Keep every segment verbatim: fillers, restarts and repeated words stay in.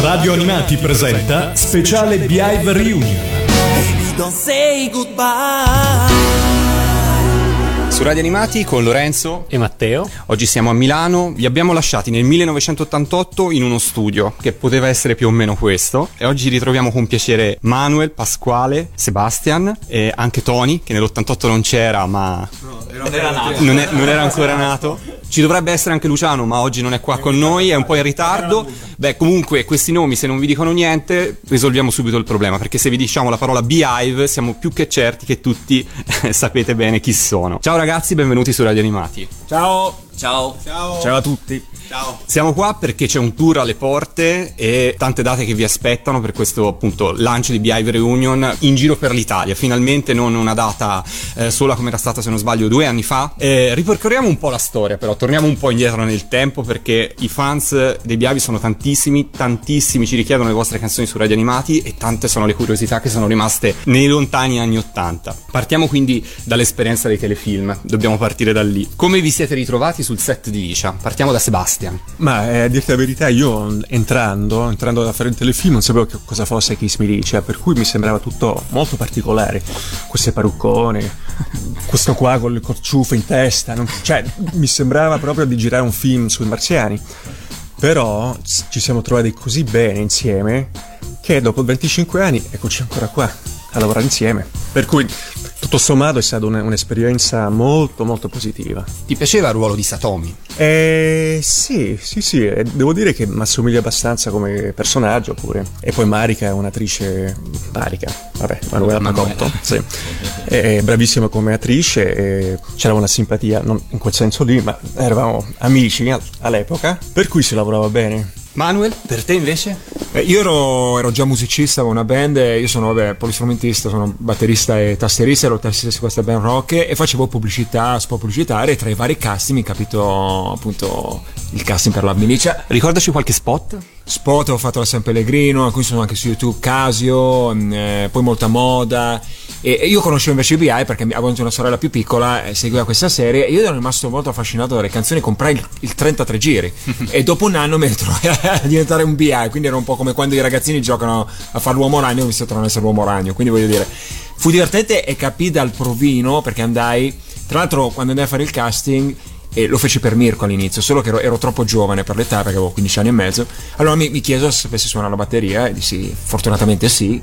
Radio Animati presenta speciale Beehive Reunion. Baby, don't say goodbye. Su Radio Animati con Lorenzo e Matteo. Oggi siamo a Milano. Vi abbiamo lasciati nel millenovecentottantotto in uno studio che poteva essere più o meno questo, e oggi ritroviamo con piacere Manuel, Pasquale, Sebastian e anche Tony, che nell'ottantotto non c'era, ma no, non, era nato. Non, è, non era ancora nato. Ci dovrebbe essere anche Luciano, ma oggi non è qua con noi, è un po' in ritardo. Beh, comunque questi nomi, se non vi dicono niente, risolviamo subito il problema, perché se vi diciamo la parola Beehive siamo più che certi che tutti sapete bene chi sono. Ciao ragazzi, benvenuti su Radio Animati. Ciao. Ciao. Ciao. Ciao a tutti. Ciao. Siamo qua perché c'è un tour alle porte e tante date che vi aspettano per questo appunto lancio di Beehive Reunion in giro per l'Italia. Finalmente non una data eh, sola come era stata, se non sbaglio, due anni fa. Eh, ripercorriamo un po' la storia, però torniamo un po' indietro nel tempo, perché i fans dei Beehive sono tantissimi, tantissimi, ci richiedono le vostre canzoni su Radio Animati e tante sono le curiosità che sono rimaste nei lontani anni ottanta. Partiamo quindi dall'esperienza dei telefilm, dobbiamo partire da lì. Come vi siete ritrovati sul set di Licia? Partiamo da Sebastian. Ma eh, a dirti la verità, io entrando entrando a fare un telefilm non sapevo che cosa fosse Kiss Me Licia, per cui mi sembrava tutto molto particolare, queste parruccone, questo qua con il corciuffo in testa, non, cioè mi sembrava proprio di girare un film sui marziani. Però ci siamo trovati così bene insieme che dopo venticinque anni eccoci ancora qua a lavorare insieme, per cui tutto sommato è stata un, un'esperienza molto molto positiva. Ti piaceva il ruolo di Satomi? Eh, sì, sì, sì, eh, devo dire che mi assomiglia abbastanza come personaggio pure. E poi Marika è un'attrice, Marika, vabbè, Manuela Pacotto, sì, è bravissima come attrice, e c'era una simpatia, non in quel senso lì, ma eravamo amici all'epoca, per cui si lavorava bene. Manuel, per te invece? Eh, io ero, ero già musicista con una band, io sono vabbè, polistrumentista, sono batterista e tastierista, ero tastierista di questa band rock e facevo pubblicità, spot pubblicitarie, e tra i vari casting mi capitò appunto il casting per la Milicia. Ricordaci qualche spot? Spot ho fatto la San Pellegrino, alcuni sono anche su YouTube, Casio, eh, poi molta moda, e, e io conoscevo invece i Beehive perché avevo anche una sorella più piccola, eh, seguiva questa serie e io ero rimasto molto affascinato dalle canzoni, comprai il, il trentatré giri e dopo un anno mi ritrovai a diventare un Beehive, quindi era un po' come quando i ragazzini giocano a fare l'uomo ragno, mi tornare a essere l'uomo ragno, quindi voglio dire, fu divertente e capì dal provino, perché andai, tra l'altro quando andai a fare il casting, e lo feci per Mirko all'inizio, solo che ero, ero troppo giovane per l'età, perché avevo quindici anni e mezzo, allora mi, mi chiesero se sapessi suonare la batteria e dissi fortunatamente sì,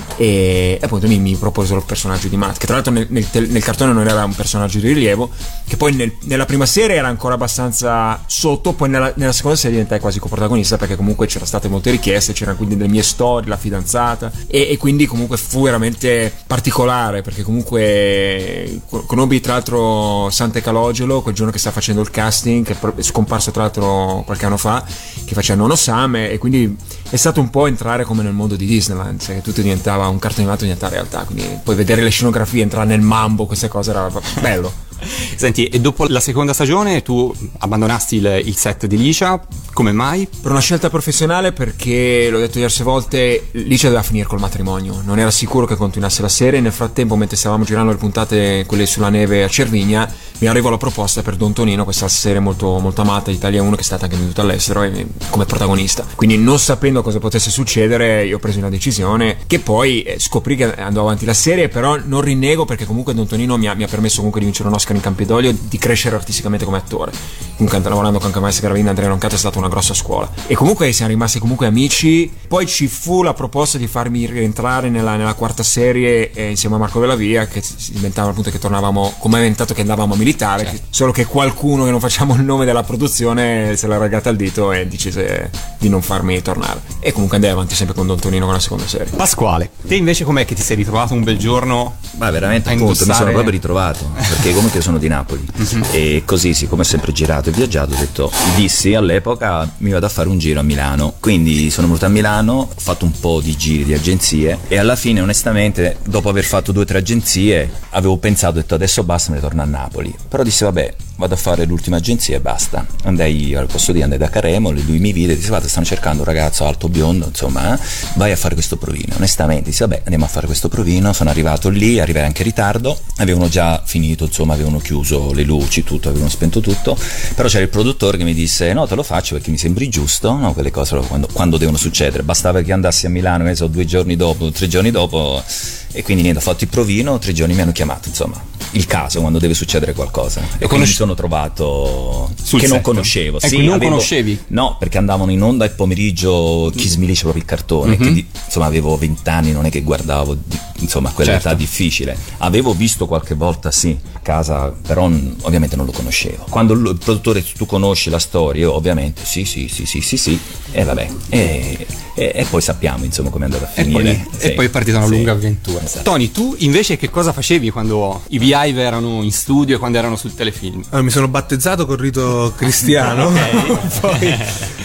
e appunto mi, mi proposero il personaggio di Matt, che tra l'altro nel, nel, nel cartone non era un personaggio di rilievo, che poi nel, nella prima serie era ancora abbastanza sotto, poi nella, nella seconda serie diventai quasi coprotagonista, perché comunque c'erano state molte richieste, c'erano quindi le mie storie, la fidanzata, e, e quindi comunque fu veramente particolare, perché comunque conobbi tra l'altro Sante Calogero quel giorno che stava facendo il casting, che è scomparso tra l'altro qualche anno fa, che faceva Nono Same, e quindi è stato un po' entrare come nel mondo di Disneyland, cioè che tutto diventava un cartone animato, diventava realtà, quindi poi vedere le scenografie, entrare nel mambo, queste cose era bello. Senti, e dopo la seconda stagione tu abbandonasti il, il set di Licia, come mai? Per una scelta professionale, perché l'ho detto diverse volte, Licia doveva finire col matrimonio, non era sicuro che continuasse la serie. Nel frattempo, mentre stavamo girando le puntate, quelle sulla neve a Cervinia, mi arrivò la proposta per Don Tonino, questa serie molto, molto amata di Italia uno, che è stata anche venduta all'estero e, come protagonista, quindi non sapendo cosa potesse succedere io ho preso una decisione, che poi eh, scoprì che andò avanti la serie, però non rinnego, perché comunque Don Tonino mi ha, mi ha permesso comunque di vincere un Oscar in Campidoglio, di crescere artisticamente come attore. Comunque lavorando con Maestro Gravina, Andrea Roncato, è stata una grossa scuola, e comunque siamo rimasti comunque amici. Poi ci fu la proposta di farmi rientrare nella, nella quarta serie eh, insieme a Marco Bellavia, che si diventava appunto che tornavamo, come è diventato che andavamo a militare, certo. Solo che qualcuno, che non facciamo il nome della produzione, se l'ha regata al dito e decise di non farmi tornare, e comunque andai avanti sempre con Don Tonino con la seconda serie. Pasquale, te invece com'è che ti sei ritrovato un bel giorno? Ma veramente appunto indossare... mi sono proprio ritrovato, perché comunque sono di Napoli e così, siccome ho sempre girato e viaggiato, ho detto, dissi all'epoca mi vado a fare un giro a Milano, quindi sono venuto a Milano, ho fatto un po' di giri di agenzie e alla fine onestamente dopo aver fatto due o tre agenzie avevo pensato, ho detto adesso basta, me ne torno a Napoli, però dissi vabbè, vado a fare l'ultima agenzia e basta. Andai al posto di andai da Caremole, lui mi vide e disse guarda stanno cercando un ragazzo alto biondo, insomma, eh, vai a fare questo provino. Onestamente disse vabbè andiamo a fare questo provino. Sono arrivato lì, arrivai anche in ritardo, avevano già finito, insomma avevano chiuso le luci, tutto, avevano spento tutto, però c'era il produttore che mi disse no te lo faccio perché mi sembri giusto, no? Quelle cose quando, quando devono succedere, bastava che andassi a Milano, ne so, due giorni dopo, tre giorni dopo, e quindi niente, ho fatto il provino, tre giorni mi hanno chiamato, insomma, il caso quando deve succedere qualcosa. E, e quindi conosci- mi sono trovato sul che set. non conoscevo. Ecco, sì, non avevo, conoscevi? No, perché andavano in onda il pomeriggio chi smilisce proprio il cartone, mm-hmm. quindi insomma avevo vent'anni, non è che guardavo, insomma, a quella certo. età difficile. Avevo visto qualche volta sì, a casa, però n- ovviamente non lo conoscevo. Quando il produttore tu conosci la storia, io ovviamente sì, sì, sì, sì, sì, sì, e vabbè. E, e, e poi sappiamo insomma come è andata a finire. E poi, sì, e poi è partita una sì. lunga avventura. Esatto. Tony, tu invece che cosa facevi quando i Beehive erano in studio e quando erano sul telefilm? Allora, mi sono battezzato col rito cristiano. Poi,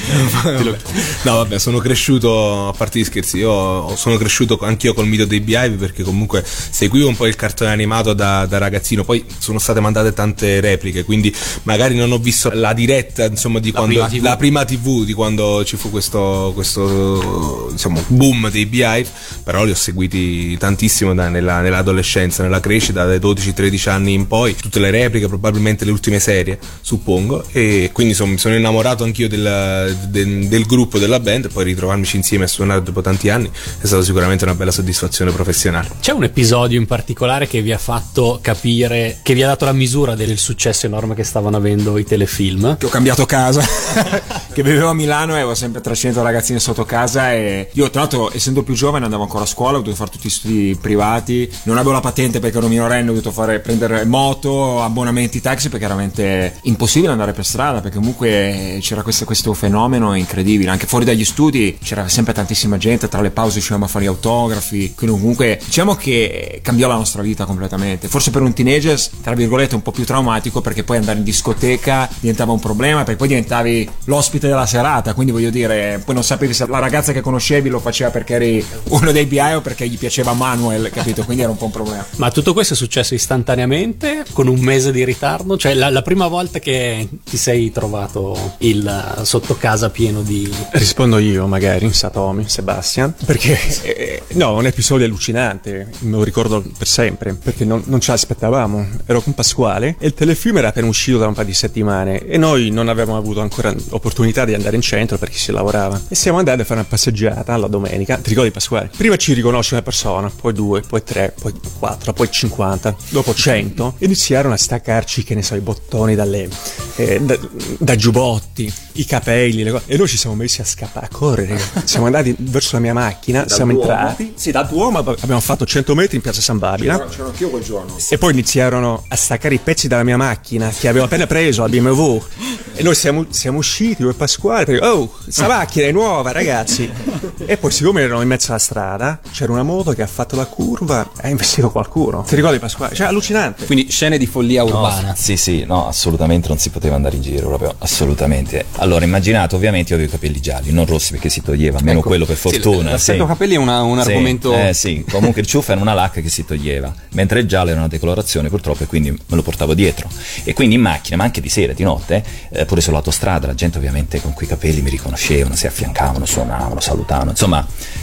no vabbè, sono cresciuto, a parte gli scherzi, io sono cresciuto anch'io col mito dei Beehive perché comunque seguivo un po' il cartone animato da, da ragazzino. Poi sono state mandate tante repliche, quindi magari non ho visto la diretta, insomma, di la quando prima la prima tivù di quando ci fu questo questo diciamo boom dei Beehive, però li ho seguiti tantissimo da, nella, nell'adolescenza, nella crescita, dai dodici tredici anni in poi, tutte le repliche, probabilmente le ultime serie, suppongo, e quindi sono, mi sono innamorato anch'io del, del, del gruppo, della band, e poi ritrovarmici insieme a suonare dopo tanti anni è stata sicuramente una bella soddisfazione professionale. C'è un episodio in particolare che vi ha fatto capire, che vi ha dato la misura del successo enorme che stavano avendo i telefilm? Che ho cambiato casa, che vivevo a Milano e avevo sempre trecento ragazzini sotto casa, e io tra l'altro essendo più giovane andavo ancora a scuola, ho dovuto fare tutti gli studi privati, non avevo la patente perché ero minorenne, ho dovuto fare prendere moto, abbonamenti taxi, perché era veramente impossibile andare per strada, perché comunque c'era questo, questo fenomeno incredibile. Anche fuori dagli studi c'era sempre tantissima gente, tra le pause uscivamo a fare gli autografi, quindi comunque diciamo che cambiò la nostra vita completamente. Forse per un teenager tra virgolette un po' più traumatico, perché poi andare in discoteca diventava un problema, perché poi diventavi l'ospite della serata, quindi voglio dire, poi non sapevi se la ragazza che conoscevi lo faceva perché eri uno dei B I o perché gli piaceva Manuel, capito? Quindi era un po' un problema. Ma tutto questo è successo istantaneamente, con un mese di ritardo? Cioè la, la prima volta che ti sei trovato il sotto casa pieno di... Rispondo io magari, Satomi, Sebastian, perché eh, no, un episodio allucinante, me lo ricordo per sempre, perché non, non ce l'aspettavamo. Ero con Pasquale e il telefilm era appena uscito da un paio di settimane e noi non avevamo avuto ancora l'opportunità di andare in centro perché si lavorava, e siamo andati a fare una passeggiata la domenica. Ti ricordi, Pasquale? Prima ci riconosce una persona, poi due, poi tre, poi quattro, poi cinquanta, dopo cento iniziarono a staccarci, che ne so, i bottoni dalle eh, da, da giubbotti, i capelli, le cose. E noi ci siamo messi a scappare, a correre. Siamo andati verso la mia macchina, da siamo Duomo. entrati, sì, da Duomo abbiamo fatto cento metri in piazza San Babila. C'ero anch'io quel giorno. E poi iniziarono a staccare i pezzi dalla mia macchina che avevo appena preso, la B M W. E noi siamo, siamo usciti, io e Pasquale, perché, oh, questa macchina è nuova, ragazzi. E poi, siccome erano in mezzo alla strada, c'era una moto che ha fatto la curva e ha investito qualcuno. Ti ricordi, Pasquale? Cioè, allucinante. Quindi scene di follia urbana. No, sì, sì, no, assolutamente non si poteva andare in giro, proprio assolutamente. Allora, immaginate, ovviamente io avevo i capelli gialli, non rossi perché si toglieva, almeno ecco, quello per fortuna. Sì, l'aspetto sì. capelli è una, un sì, argomento... Eh sì, comunque il ciuffo era una lacca che si toglieva, mentre il giallo era una decolorazione purtroppo, e quindi me lo portavo dietro. E quindi in macchina, ma anche di sera, di notte, eh, pure sull'autostrada, la gente ovviamente con quei capelli mi riconoscevano, si affiancavano, suonavano, salutavano, insomma...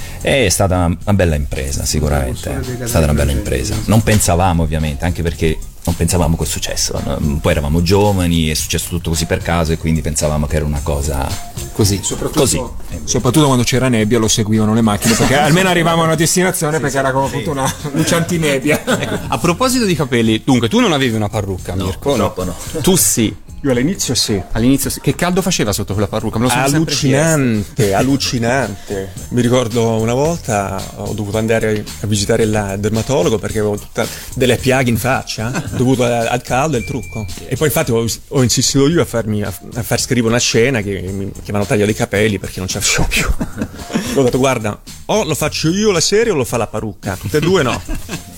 È stata una, una bella impresa, sicuramente. È stata una bella impresa. Non pensavamo, ovviamente, anche perché non pensavamo col successo. No? Poi eravamo giovani, è successo tutto così per caso e quindi pensavamo che era una cosa così. Soprattutto, così. soprattutto quando c'era nebbia lo seguivano le macchine, perché almeno arrivavamo a una destinazione, perché era come appunto una luce antinebbia. Ecco, a proposito di capelli, dunque tu non avevi una parrucca, No, Mirko? purtroppo no. Tu sì. Io all'inizio sì. All'inizio sì. Che caldo faceva sotto quella parrucca? Me lo sono sempre chiesto. Allucinante, allucinante. Mi ricordo una volta ho dovuto andare a visitare il dermatologo perché avevo tutta delle piaghe in faccia dovuto al caldo e al trucco. E poi infatti ho, ho insistito io a farmi a, a far scrivere una scena che mi, che mi hanno tagliato i capelli perché non ce la facevo più. Ho detto guarda, o lo faccio io la serie o lo fa la parrucca. Tutte e due no.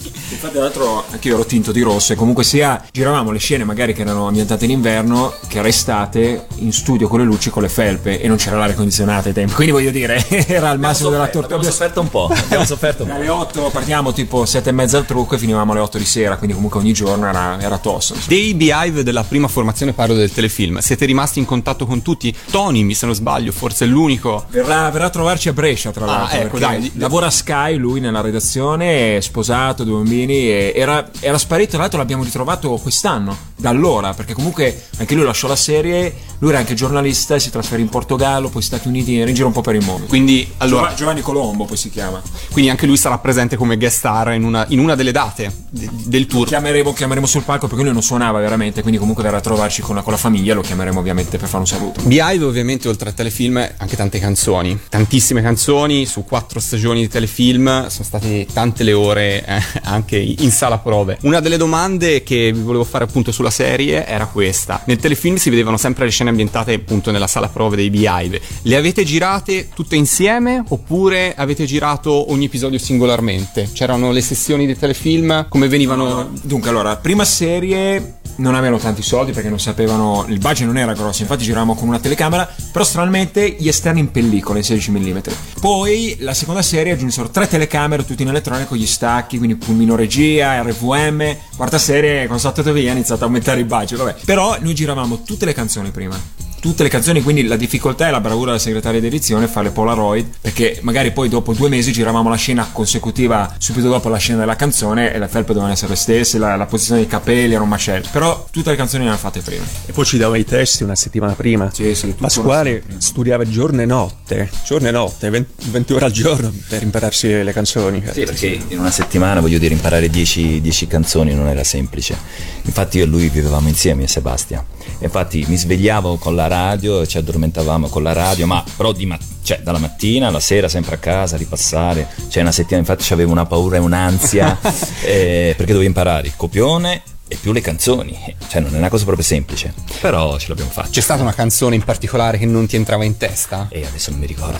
Infatti, tra l'altro, anche io ero tinto di rosso e comunque sia giravamo le scene magari che erano ambientate in inverno, che era estate, in studio con le luci, con le felpe, e non c'era l'aria condizionata ai tempi. Quindi voglio dire, era al massimo della tortura. Abbiamo sofferto un po'. Abbiamo sofferto un po'. Alle otto partiamo tipo sette e mezza al trucco e finivamo alle otto di sera, quindi comunque ogni giorno era, era tosto. Dei Beehive della prima formazione, parlo del telefilm, siete rimasti in contatto con tutti? Tony, se non sbaglio, forse è l'unico. Verrà, verrà a trovarci a Brescia, tra l'altro. Ah, ecco, perché dai. Lavora a Sky, lui nella redazione, è sposato, due bambini, e era, era sparito. Tra l'altro l'abbiamo ritrovato quest'anno, da allora, perché comunque anche lui lasciò la serie, lui era anche giornalista e si trasferì in Portogallo, poi Stati Uniti, era in giro un po' per il mondo. Quindi, allora, Giovanni Colombo poi si chiama. Quindi anche lui sarà presente come guest star in una, in una delle date di- del tour. Chiameremo, chiameremo sul palco perché lui non suonava veramente, quindi comunque verrà a trovarci con la, con la famiglia, lo chiameremo ovviamente per fare un saluto. Beehive ovviamente oltre al telefilm anche tante canzoni, tantissime canzoni su quattro stagioni di telefilm, sono state tante le ore eh, anche in sala prove. Una delle domande che vi volevo fare appunto sulla serie era questa: nel telefilm si vedevano sempre le scene ambientate appunto nella sala prove dei Beehive, le avete girate tutte insieme oppure avete girato ogni episodio singolarmente? C'erano le sessioni di telefilm, come venivano? Dunque, allora, prima serie non avevano tanti soldi perché non sapevano, il budget non era grosso, infatti giravamo con una telecamera, però stranamente gli esterni in pellicola in sedici millimetri. Poi la seconda serie aggiunsero tre telecamere tutte in elettronica con gli stacchi, quindi pulmino regia, R V M. Quarta serie, quando sono stato via, ha iniziato a aumentare il budget, vabbè. Però noi giravamo tutte le canzoni prima, tutte le canzoni, quindi la difficoltà e la bravura della segretaria di edizione è fare le Polaroid, perché magari poi dopo due mesi giravamo la scena consecutiva subito dopo la scena della canzone e le felpe dovevano essere le stesse, la, la posizione dei capelli era un macello, però tutte le canzoni le hanno fatte prima. E poi ci dava i testi una settimana prima. Sì, sì, tutto Pasquale studiava giorno e notte, giorno e notte, venti ore al giorno per impararsi le canzoni. Sì, perché in una settimana, voglio dire, imparare dieci canzoni non era semplice. Infatti io e lui vivevamo insieme a Sebastian. Infatti mi svegliavo con la radio e ci addormentavamo con la radio, ma però di ma- cioè, dalla mattina alla sera sempre a casa a ripassare. Cioè una settimana, infatti avevo una paura e un'ansia eh, perché dovevo imparare il copione e più le canzoni, cioè non è una cosa proprio semplice, però ce l'abbiamo fatta. C'è stata una canzone in particolare che non ti entrava in testa? E adesso non mi ricordo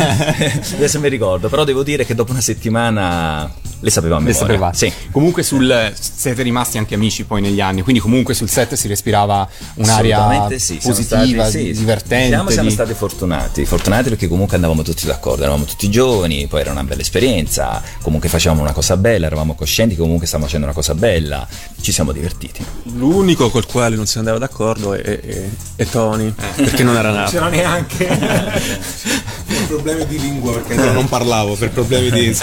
adesso non mi ricordo, però devo dire che dopo una settimana le sapevamo a Le memoria. sapevate. Sì. Comunque sul siete rimasti anche amici poi negli anni, quindi comunque sul set si respirava un'aria Assolutamente sì, siamo positiva, stati, sì, divertente. Diciamo siamo di... stati fortunati, fortunati perché comunque andavamo tutti d'accordo, eravamo tutti giovani, poi era una bella esperienza, comunque facevamo una cosa bella, eravamo coscienti che comunque stavamo facendo una cosa bella, ci siamo divertiti. L'unico col quale non si andava d'accordo è, è, è Tony, perché non era nato. C'era neanche Per problemi di lingua, perché non parlavo, per problemi di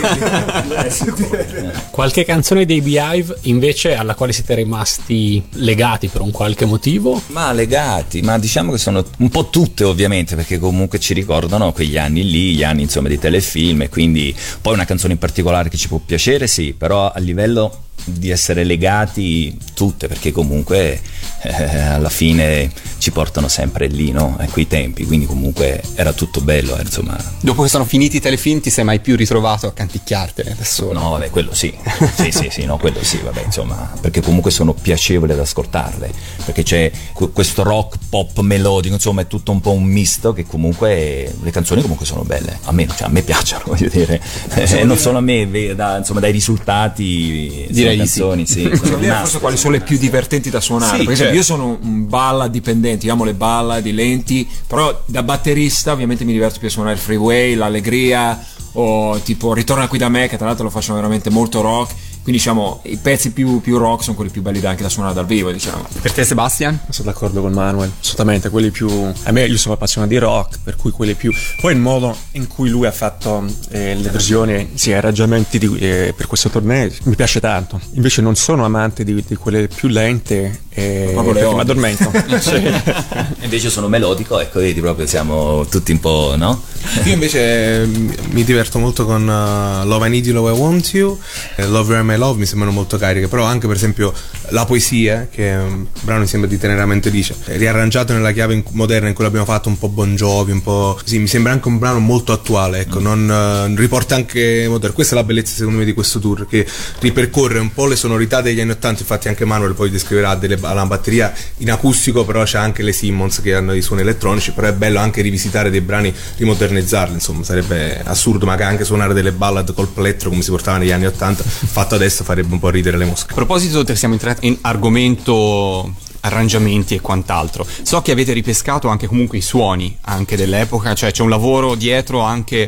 Qualche canzone dei Beehive invece alla quale siete rimasti legati per un qualche motivo? Ma legati, ma diciamo che sono un po' tutte ovviamente, perché comunque ci ricordano quegli anni lì, gli anni insomma di telefilm, e quindi poi una canzone in particolare che ci può piacere, sì, però a livello di essere legati tutte, perché comunque eh, alla fine ci portano sempre lì, no? A quei tempi, quindi comunque era tutto bello, eh, insomma. Dopo che sono finiti i telefilm ti sei mai più ritrovato a canticchiartene da solo? No, vabbè, quello sì. Sì, sì, sì, no, quello sì, vabbè, insomma, perché comunque sono piacevoli ad ascoltarle, perché c'è questo rock pop melodico, insomma, è tutto un po' un misto che comunque le canzoni comunque sono belle. A me, cioè, a me piacciono, voglio dire. Eh, non solo a me, da, insomma, dai risultati, direi le canzoni, sì. sì Sono forse quali sono le più divertenti da suonare, Sì, per esempio certo. io sono un ballad dipendente, io amo le ballad, i lenti, però da batterista ovviamente mi diverto più a suonare il Freeway, l'Allegria o tipo Ritorna qui da me, che tra l'altro lo facciano veramente molto rock. Quindi diciamo i pezzi più, più rock sono quelli più belli anche da suonare dal vivo, diciamo. Per te Sebastian? Sono d'accordo con Manuel, assolutamente, quelli più... A me, io sono appassionato di rock, per cui quelli più... Poi il modo in cui lui ha fatto eh, le versioni, sì, i arrangiamenti di, eh, per questo torneo mi piace tanto. Invece non sono amante di, di quelle più lente, eh, perché mi addormento. Sì. Invece sono melodico, ecco, vedi, proprio siamo tutti un po', no? Io invece eh, mi diverto molto con uh, Love I Need You, Love I Want You, eh, Love Where My Love mi sembrano molto cariche, però anche per esempio La poesia, che è un brano mi sembra di Teneramente Dice, riarrangiato nella chiave moderna in cui l'abbiamo fatto un po' Bon Jovi, un po' sì, mi sembra anche un brano molto attuale, ecco, non uh, riporta anche moderno. Questa è la bellezza secondo me di questo tour, che ripercorre un po' le sonorità degli anni ottanta. Infatti anche Manuel poi descriverà delle, la batteria in acustico, però c'è anche le Simmons che hanno i suoni elettronici, però è bello anche rivisitare dei brani, rimodernizzarli, insomma sarebbe assurdo magari anche suonare delle ballad col plettro come si portava negli anni ottanta, fatto adesso farebbe un po' ridere le mosche. A proposito, siamo entrati in argomento arrangiamenti e quant'altro. So che avete ripescato anche comunque i suoni anche dell'epoca, cioè c'è un lavoro dietro anche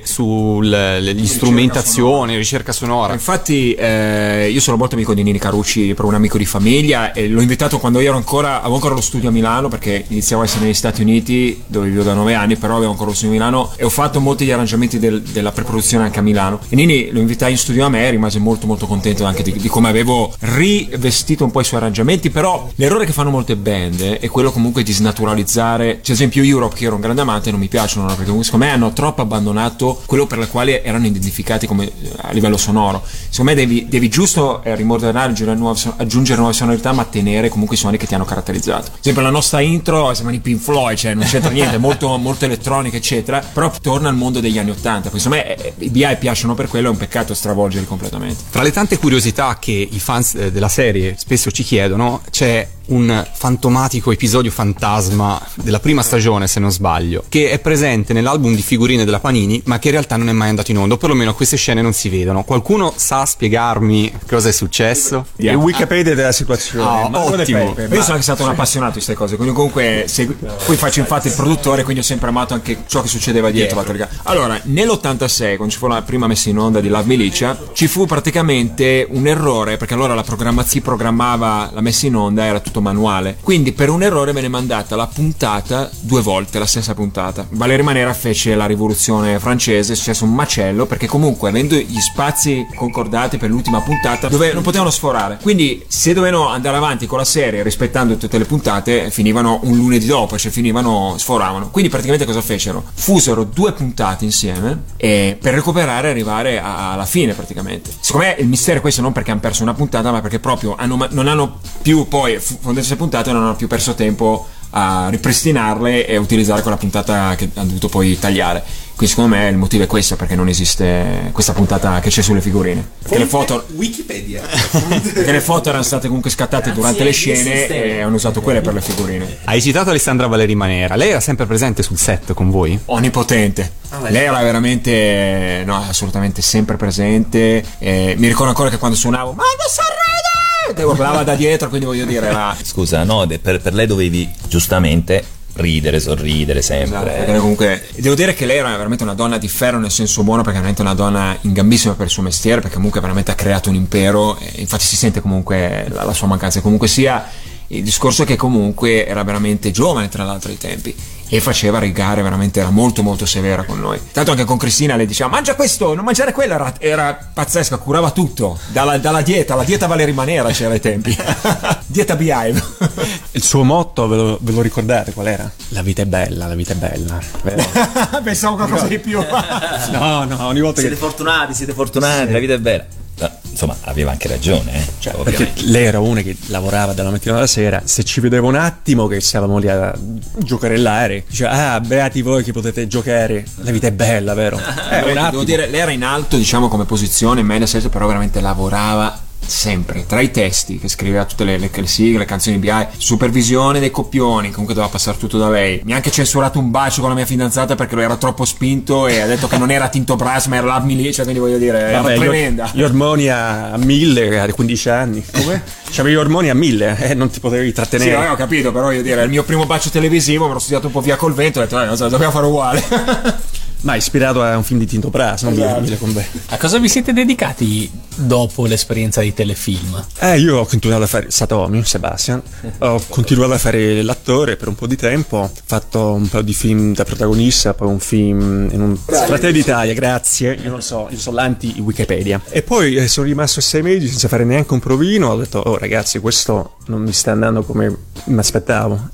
sull'istrumentazione, ricerca sonora. Infatti eh, io sono molto amico di Nini Carucci, per un amico di famiglia, e l'ho invitato quando io ero ancora avevo ancora lo studio a Milano, perché iniziavo a essere negli Stati Uniti dove vivo da nove anni, però avevo ancora lo studio a Milano e ho fatto molti degli arrangiamenti del, della preproduzione anche a Milano, e Nini lo invitai in studio a me e rimase molto molto contento anche di, di come avevo rivestito un po' i suoi arrangiamenti. Però l'errore che fanno molto band è quello comunque di snaturalizzare, cioè, ad esempio Europe, che ero un grande amante, non mi piacciono, perché comunque secondo me hanno troppo abbandonato quello per il quale erano identificati come a livello sonoro. Secondo me devi, devi giusto eh, rimodernare, aggiungere nuove, aggiungere nuove sonorità, ma tenere comunque i suoni che ti hanno caratterizzato. Ad esempio la nostra intro sembra di Pink Floyd, cioè non c'entra niente, molto, molto elettronica eccetera, però torna al mondo degli anni ottanta. Secondo me eh, i B I piacciono per quello, è un peccato stravolgerli completamente. Tra le tante curiosità che i fans eh, della serie spesso ci chiedono, c'è un fantomatico episodio fantasma della prima stagione, se non sbaglio, che è presente nell'album di figurine della Panini, ma che in realtà non è mai andato in onda, o perlomeno queste scene non si vedono. Qualcuno sa spiegarmi cosa è successo? Il yeah. Wikipedia della situazione. Oh, ottimo. Io sono anche stato un appassionato di queste cose, quindi comunque segui... poi faccio infatti il produttore, quindi ho sempre amato anche ciò che succedeva dietro la telecamera. Allora, nell'ottantasei, quando ci fu la prima messa in onda di Love Militia, ci fu praticamente un errore, perché allora la programmazione si programmava la messa in onda, era tutto manuale, quindi per un errore venne mandata la puntata due volte, la stessa puntata. Valerio Manera fece la rivoluzione francese, è successo un macello, perché comunque avendo gli spazi concordati per l'ultima puntata dove non potevano sforare, quindi se dovevano andare avanti con la serie rispettando tutte le puntate finivano un lunedì dopo, cioè finivano, sforavano. Quindi praticamente cosa fecero? Fusero due puntate insieme e per recuperare e arrivare a, alla fine praticamente. Secondo me il mistero è questo, non perché hanno perso una puntata, ma perché proprio hanno, non hanno più poi con queste puntate non hanno più perso tempo a ripristinarle e a utilizzare quella puntata che hanno dovuto poi tagliare. Quindi secondo me il motivo è questo, perché non esiste questa puntata che c'è sulle figurine, perché le foto Wikipedia perché le foto erano state comunque scattate durante le scene e hanno usato quelle per le figurine. Hai citato Alessandra Valeri Manera, lei era sempre presente sul set con voi? Onnipotente. Ah, lei era veramente, no, assolutamente sempre presente. Eh, mi ricordo ancora che quando suonavo Manda Sanremo urlava da dietro, quindi voglio dire era... Scusa, no, per, per lei dovevi giustamente ridere, sorridere sempre. Esatto, perché comunque devo dire che lei era veramente una donna di ferro nel senso buono, perché è veramente una donna ingambissima per il suo mestiere, perché comunque veramente ha creato un impero e infatti si sente comunque la, la sua mancanza. Comunque sia, il discorso è che comunque era veramente giovane tra l'altro ai tempi e faceva rigare, veramente era molto molto severa con noi. Tanto anche con Cristina le diceva mangia questo, non mangiare quello, era, era pazzesca, curava tutto, dalla, dalla dieta, la dieta Valeri Manera c'era ai tempi. Dieta Beehive. Il suo motto, ve lo, ve lo ricordate qual era? La vita è bella, la vita è bella. Pensavo qualcosa no. di più. No, no, ogni volta siete che... fortunati, siete fortunati, sì. La vita è bella. Insomma, aveva anche ragione, eh? Cioè, perché lei era una che lavorava dalla mattina alla sera. Se ci vedeva un attimo che stavamo lì a giocherellare, diceva ah, beati voi che potete giocare, la vita è bella, vero? Eh, un attimo. Devo dire, lei era in alto, diciamo, come posizione in media senso, però veramente lavorava sempre, tra i testi che scriveva tutte le, le, le sigle, le canzoni B I, supervisione dei coppioni, comunque doveva passare tutto da lei. Mi ha anche censurato un bacio con la mia fidanzata perché lo era troppo spinto e ha detto che non era Tinto Brass ma era Love Militia, quindi voglio dire, vabbè, era tremenda. Gli ormoni a mille a quindici anni. Come? C'avevi gli ormoni a mille e eh, non ti potevi trattenere. Sì, vabbè, ho capito, però voglio dire, il mio primo bacio televisivo me l'ho studiato un po' via col vento e ho detto eh, non so, dobbiamo fare uguale. Ma ispirato a un film di Tinto Brass, non esatto. Con me. A cosa vi siete dedicati dopo l'esperienza di telefilm? Eh, io ho continuato a fare Satomi, Sebastian, ho continuato a fare l'attore per un po' di tempo, ho fatto un po' di film da protagonista, poi un film in un Fratelli d'Italia, grazie, io non so, io sono l'anti-Wikipedia. E poi eh, sono rimasto sei mesi senza fare neanche un provino, ho detto, oh ragazzi, questo non mi sta andando come mi aspettavo.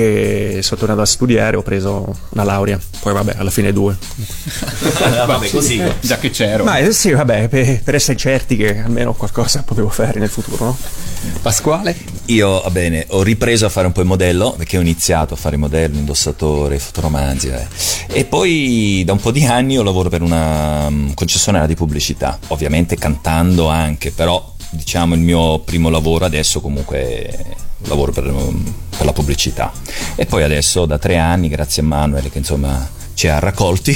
E sono tornato a studiare, ho preso una laurea, poi vabbè, alla fine due. Vabbè, così già che c'ero. Ma eh, sì, vabbè, per, per essere certi. prometti che almeno qualcosa potevo fare nel futuro, no? Pasquale? Io, va bene, ho ripreso a fare un po' il modello, perché ho iniziato a fare modello, indossatore, fotoromanzi, eh. E poi da un po' di anni io lavoro per una um, concessionaria di pubblicità, ovviamente cantando anche, però diciamo il mio primo lavoro adesso comunque lavoro per, per la pubblicità. E poi adesso da tre anni, grazie a Manuel che insomma ci ha raccolti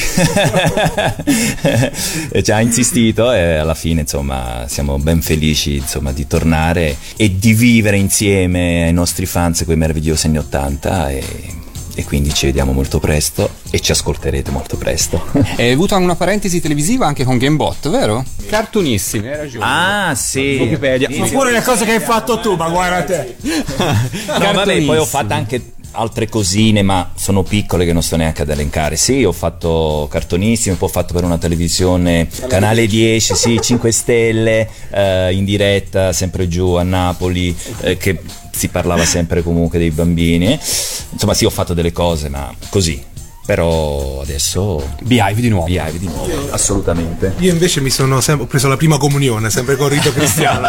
e ci ha insistito, e alla fine insomma siamo ben felici insomma di tornare e di vivere insieme ai nostri fans quei meravigliosi anni ottanta, e, e quindi ci vediamo molto presto e ci ascolterete molto presto. Hai avuto una parentesi televisiva anche con Gamebot, vero? Cartoonissimi, hai ragione. Ah sì, Wikipedia. Ma pure le cose che hai fatto tu, ma guarda te. No, vabbè, poi ho fatto anche altre cosine, ma sono piccole che non sto neanche ad elencare. Sì, ho fatto cartonissimi, poi ho fatto per una televisione canale dieci, sì, cinque stelle, eh, in diretta sempre giù a Napoli, eh, che si parlava sempre comunque dei bambini. Insomma sì, ho fatto delle cose, ma così. Però adesso Beehive di nuovo. Beehive di nuovo, assolutamente. Io invece mi sono sempre, ho preso la prima comunione, sempre con rito cristiano.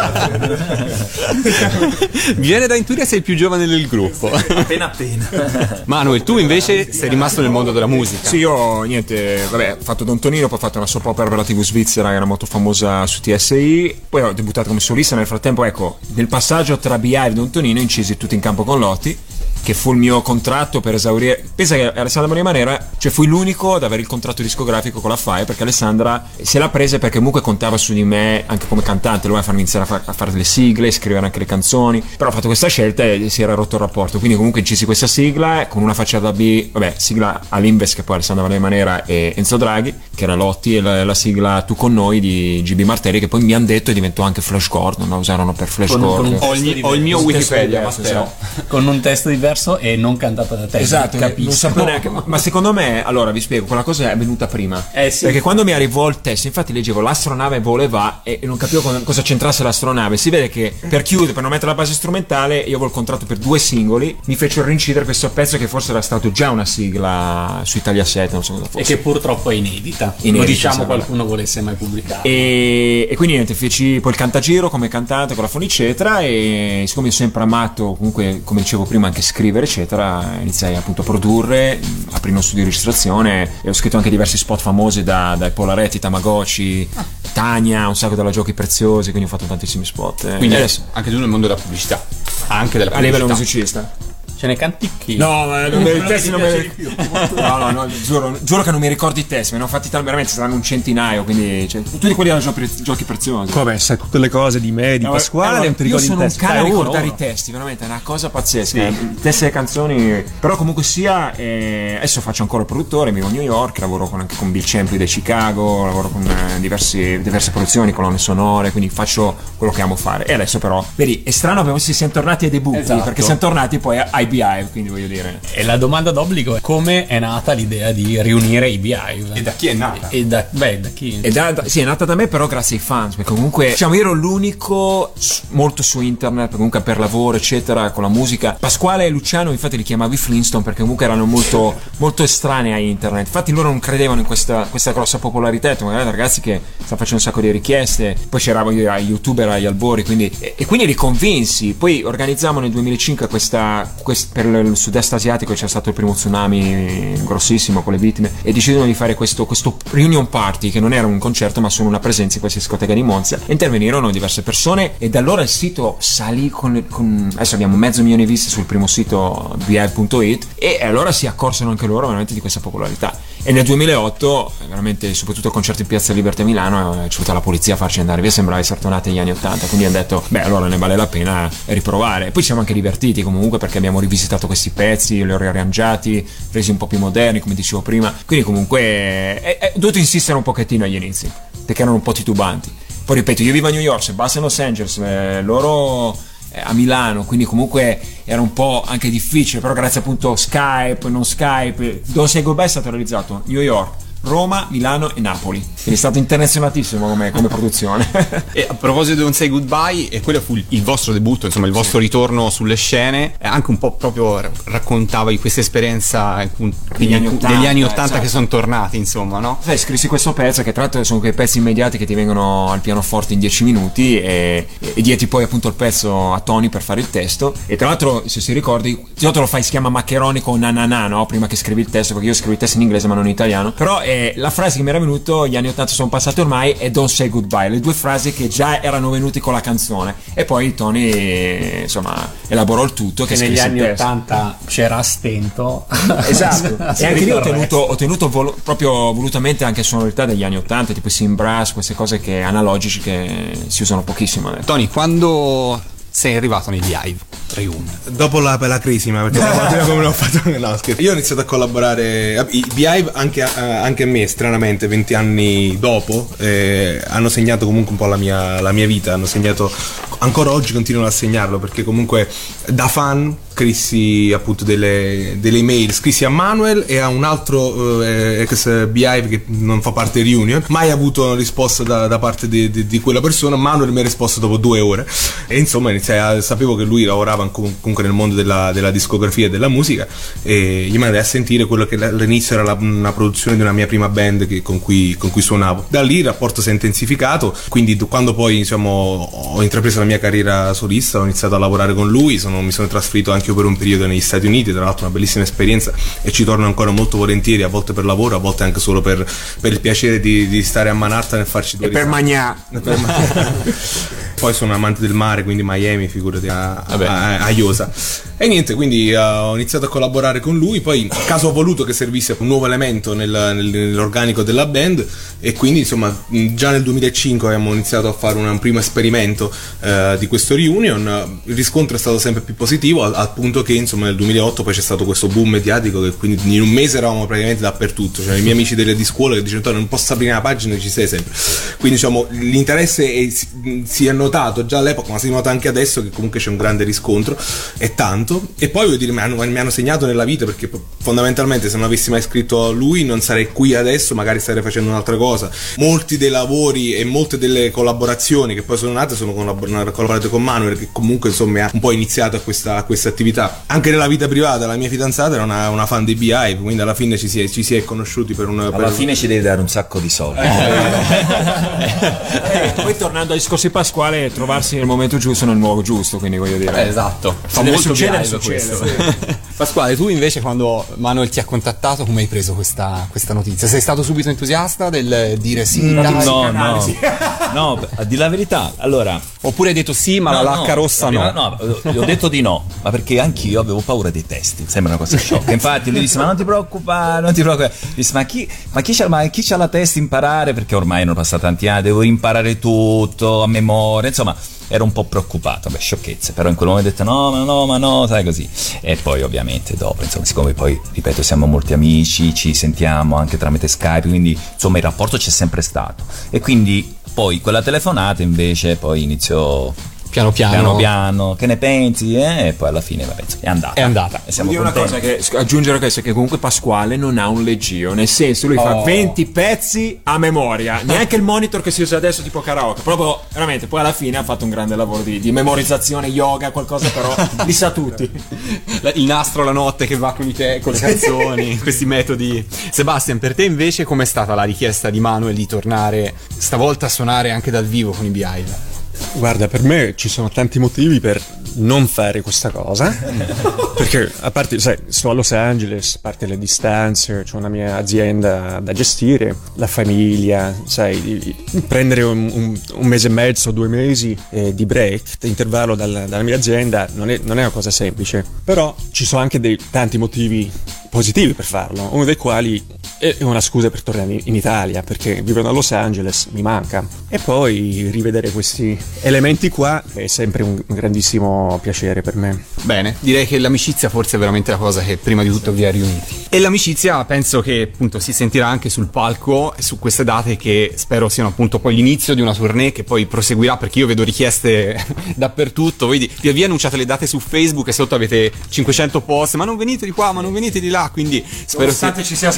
Viene da intuire sei il più giovane del gruppo. Appena appena. Manuel, tu invece sei rimasto nel mondo della musica. Sì, io niente, vabbè, ho fatto Don Tonino, poi ho fatto una soap opera per la tivù svizzera che era molto famosa su T S I, poi ho debuttato come solista. Nel frattempo, ecco, nel passaggio tra Beehive e Don Tonino incisi Tutti in campo con Lotti, che fu il mio contratto per esaurire. Pensa che Alessandra Maria Manera, cioè fui l'unico ad avere il contratto discografico con la F A I, perché Alessandra se l'ha presa perché comunque contava su di me anche come cantante, lo voleva farmi iniziare a, fa- a fare le sigle, scrivere anche le canzoni, però ho fatto questa scelta e si era rotto il rapporto, quindi comunque incisi questa sigla con una facciata B, vabbè, sigla all'Invest, che poi Alessandra Maria Manera e Enzo Draghi, che era Lotti, e la, la sigla Tu con noi di G B Martelli, che poi mi hanno detto e diventò anche Flash Gordon, la usarono per Flash Con- con Gordon. un Ho il, mio- ho il mio Un testo Wikipedia, diverso, Matteo. Con un testo diverso e non cantata da te. Esatto, capisco. non sapevo neanche. Ma, ma secondo me, allora vi spiego, quella cosa è venuta prima. Eh sì. Perché quando mi arrivò il testo, infatti leggevo l'astronave voleva e non capivo cosa, cosa c'entrasse l'astronave. Si vede che per chiudere, per non mettere la base strumentale, io avevo il contratto per due singoli. Mi fecero reincidere questo pezzo che forse era stato già una sigla su Italia sette, non so cosa fosse. E che purtroppo è inedita. Inedita, Lo diciamo sì, qualcuno volesse mai pubblicare. E, e quindi niente, feci poi il cantagiro come cantante con la fonicetera, e siccome io ho sempre amato comunque, come dicevo prima, anche scrivere eccetera, iniziai appunto a produrre, aprì uno studio di registrazione e ho scritto anche diversi spot famosi da, dai Polaretti, Tamagotchi, Tania, un sacco della Giochi Preziosi, quindi ho fatto tantissimi spot. Quindi E adesso anche tu nel mondo della pubblicità. Anche della a pubblicità. livello musicista. Ce ne canticchi. No, ma non mi, i testi non me li... No, no, no, giuro, giuro che non mi ricordo i testi, me ne ho fatti tal- veramente, saranno un centinaio, quindi cioè, tutti quelli da giochi, giochi preziosi. Come sai tutte le cose di me, di No, Pasquale, allora, non ti io ricordi sono il un testo? cane a Dai, uno, ricordare uno. i testi, veramente è una cosa pazzesca. I testi delle canzoni, però comunque sia, eh, adesso faccio ancora il produttore, vivo a New York, lavoro con, anche con Bill Champley di Chicago, lavoro con eh, diversi, diverse produzioni, colonne sonore, quindi faccio quello che amo fare. E adesso però, vedi, è strano che si siamo tornati ai debutti, Esatto. perché siamo tornati poi ai Beehive, quindi voglio dire. E la domanda d'obbligo è: come è nata l'idea di riunire i Beehive? E da chi è nata? E da, beh, da chi? È da, da- sì, è nata da me, però grazie ai fans, perché comunque diciamo io ero l'unico s- molto su internet, comunque per lavoro eccetera, con la musica. Pasquale e Luciano infatti li chiamavi Flintstone perché comunque erano molto, molto estranei a internet, infatti loro non credevano in questa, questa grossa popolarità. Detto, magari ragazzi che sta facendo un sacco di richieste, poi c'eravamo io ai youtuber agli albori, quindi, e, e quindi li convinsi. Poi organizzavamo nel duemilacinque questa, quest- per il sud-est asiatico c'è stato il primo tsunami grossissimo con le vittime, e decisero di fare questo, questo reunion party, che non era un concerto ma solo una presenza in questa discoteca di Monza, e intervenirono diverse persone, e da allora il sito salì con, con adesso abbiamo mezzo milione di visite sul primo sito beehive punto it, e allora si accorsero anche loro veramente di questa popolarità. E nel duemilaotto veramente, soprattutto il concerto in Piazza Libertà a Milano, è venuta la polizia a farci andare via, sembrava essere tornati negli anni ottanta, quindi hanno detto beh, allora ne vale la pena riprovare. E poi ci siamo anche divertiti comunque, perché abbiamo rivisitato questi pezzi, li ho riarrangiati, resi un po' più moderni come dicevo prima, quindi comunque è, è, ho dovuto insistere un pochettino agli inizi perché erano un po' titubanti. Poi ripeto, io vivo a New York, Sebastian a Los Angeles, eh, loro eh, a Milano, quindi comunque era un po' anche difficile, però grazie appunto a Skype, non Skype, Don't Say Goodbye è stato realizzato New York, Roma, Milano e Napoli. quindi è stato internazionatissimo come, come produzione. E a proposito di Don't Say Goodbye, e quello fu il, il vostro debutto, insomma il vostro ritorno sulle scene, e anche un po' proprio raccontava di questa esperienza degli anni ottanta, degli anni ottanta esatto. che sono tornati, insomma, no? Sai, scrissi questo pezzo che tra l'altro sono quei pezzi immediati che ti vengono al pianoforte in dieci minuti e, e dieti poi appunto il pezzo a Tony per fare il testo, e tra l'altro se si ricordi di solito lo fai, si chiama Maccheroni con nanana, no? Prima che scrivi il testo, perché io scrivo il testo in inglese ma non in italiano, però eh, la frase che mi era venuto, gli anni ottanta sono passati ormai, e Don't Say Goodbye, le due frasi che già erano venuti con la canzone, e poi Tony eh, insomma elaborò il tutto, che, che negli anni il testo. ottanta c'era a stento. Esatto. E anche lì ho Tutto il tenuto, ho tenuto vol- proprio volutamente anche sonorità degli anni ottanta, tipo i Simbrass, queste cose che analogici che si usano pochissimo adesso. Tony, quando sei arrivato nei Beehive Reunion? Dopo la, la crisima, perché prima come l'ho fatto, no, scherzo. Io ho iniziato a collaborare, i Beehive anche a, anche a me, stranamente, venti anni dopo, eh, hanno segnato comunque un po' la mia, la mia vita, hanno segnato, ancora oggi continuano a segnarlo, perché comunque da fan scrissi appunto delle, delle email, scrissi a Manuel e a un altro eh, ex Beehive che non fa parte di Reunion, mai avuto risposta da, da parte di, di, di quella persona. Manuel mi ha risposto dopo due ore e insomma iniziai a, sapevo che lui lavorava comunque nel mondo della, della discografia e della musica, e gli mandai a sentire quello che all'inizio era la, una produzione di una mia prima band che, con, cui, con cui suonavo. Da lì il rapporto si è intensificato, quindi quando poi diciamo, ho intrapreso la mia carriera solista, ho iniziato a lavorare con lui, sono, mi sono trasferito anche per un periodo negli Stati Uniti, tra l'altro una bellissima esperienza, e ci torno ancora molto volentieri, a volte per lavoro, a volte anche solo per, per il piacere di, di stare a Manhattan e farci due e per magnà. Poi sono amante del mare, quindi Miami, figurati, a, a, a Iosa. E niente, quindi uh, ho iniziato a collaborare con lui, poi caso ho voluto che servisse un nuovo elemento nel, nel, nell'organico della band, e quindi insomma già nel duemilacinque abbiamo iniziato a fare un, un primo esperimento uh, di questo reunion. Il riscontro è stato sempre più positivo, al, al punto che insomma nel duemilaotto poi c'è stato questo boom mediatico, che quindi in un mese eravamo praticamente dappertutto, cioè i miei amici delle, di scuola che dicevano non posso aprire la pagina e ci sei sempre, quindi diciamo l'interesse è, si, si è notato già all'epoca, ma si nota anche adesso che comunque c'è un grande riscontro, e tanto. E poi voglio dire, mi hanno, mi hanno segnato nella vita, perché fondamentalmente se non avessi mai scritto a lui non sarei qui adesso, magari starei facendo un'altra cosa. Molti dei lavori e molte delle collaborazioni che poi sono nate sono collabor- collaborate con Manuel, che comunque insomma ha un po' iniziato a questa, a questa attività. Anche nella vita privata la mia fidanzata era una, una fan dei Beehive, quindi alla fine ci si è, ci si è conosciuti per un... Alla per... fine ci devi dare un sacco di soldi. E poi tornando ai discorsi Pasquale, trovarsi nel momento giusto nel luogo giusto, quindi voglio dire, eh, esatto, fa deve molto succedere, Beehive succede, questo. Pasquale, tu invece quando Manuel ti ha contattato, come hai preso questa, questa notizia? Sei stato subito entusiasta del dire sì? No, dai, no, no, no, a dire la verità, allora, oppure hai detto sì ma no, la lacca no, rossa prima, no? No, ho detto di no, ma perché anch'io avevo paura dei testi, sembra una cosa sciocca. Infatti lui disse ma non ti preoccupare, non ti preoccupare, disse ma chi, ma chi c'ha, ma chi c'ha la testa imparare, perché ormai erano passati tanti anni, devo imparare tutto a memoria, insomma ero un po' preoccupato, beh sciocchezze, però in quel momento ho detto no ma no ma no, sai, così. E poi ovviamente dopo, insomma, siccome poi ripeto siamo molti amici, ci sentiamo anche tramite Skype, quindi insomma il rapporto c'è sempre stato, e quindi poi quella telefonata invece poi iniziò piano piano, piano piano, che ne pensi? Eh? E poi alla fine vabbè, è andata. È andata. E siamo Vuol dire una contenti. cosa che aggiungere a questo, è che comunque Pasquale non ha un leggio, nel senso lui fa Oh. venti pezzi a memoria, neanche il monitor che si usa adesso tipo karaoke, proprio veramente. Poi alla fine ha fatto un grande lavoro di, di memorizzazione, yoga, qualcosa, però li sa tutti. La- il nastro la notte che va con, i te, con le canzoni, questi metodi. Sebastian, per te invece com'è stata la richiesta di Manuel di tornare stavolta a suonare anche dal vivo con i Beehive? Guarda, per me ci sono tanti motivi per non fare questa cosa, perché a parte, sai, sto a Los Angeles, a parte le distanze, c'ho una mia azienda da gestire, la famiglia, sai, di- di prendere un, un- un mese e mezzo, due mesi eh, di break, di intervallo dal- dalla mia azienda non è, non è una cosa semplice, però ci sono anche dei tanti motivi positivi per farlo, uno dei quali è una scusa per tornare in- in Italia, perché vivendo a Los Angeles mi manca, e poi rivedere questi elementi qua è sempre un grandissimo piacere per me. Bene, direi che l'amicizia forse è veramente la cosa che prima di tutto vi ha riuniti. E l'amicizia penso che appunto si sentirà anche sul palco e su queste date, che spero siano appunto poi l'inizio di una tournée che poi proseguirà, perché io vedo richieste dappertutto. Voi via via annunciate le date su Facebook e sotto avete cinquecento post, ma non venite di qua, ma non venite di là, quindi spero sia... Nonostante ci sia scritte le date.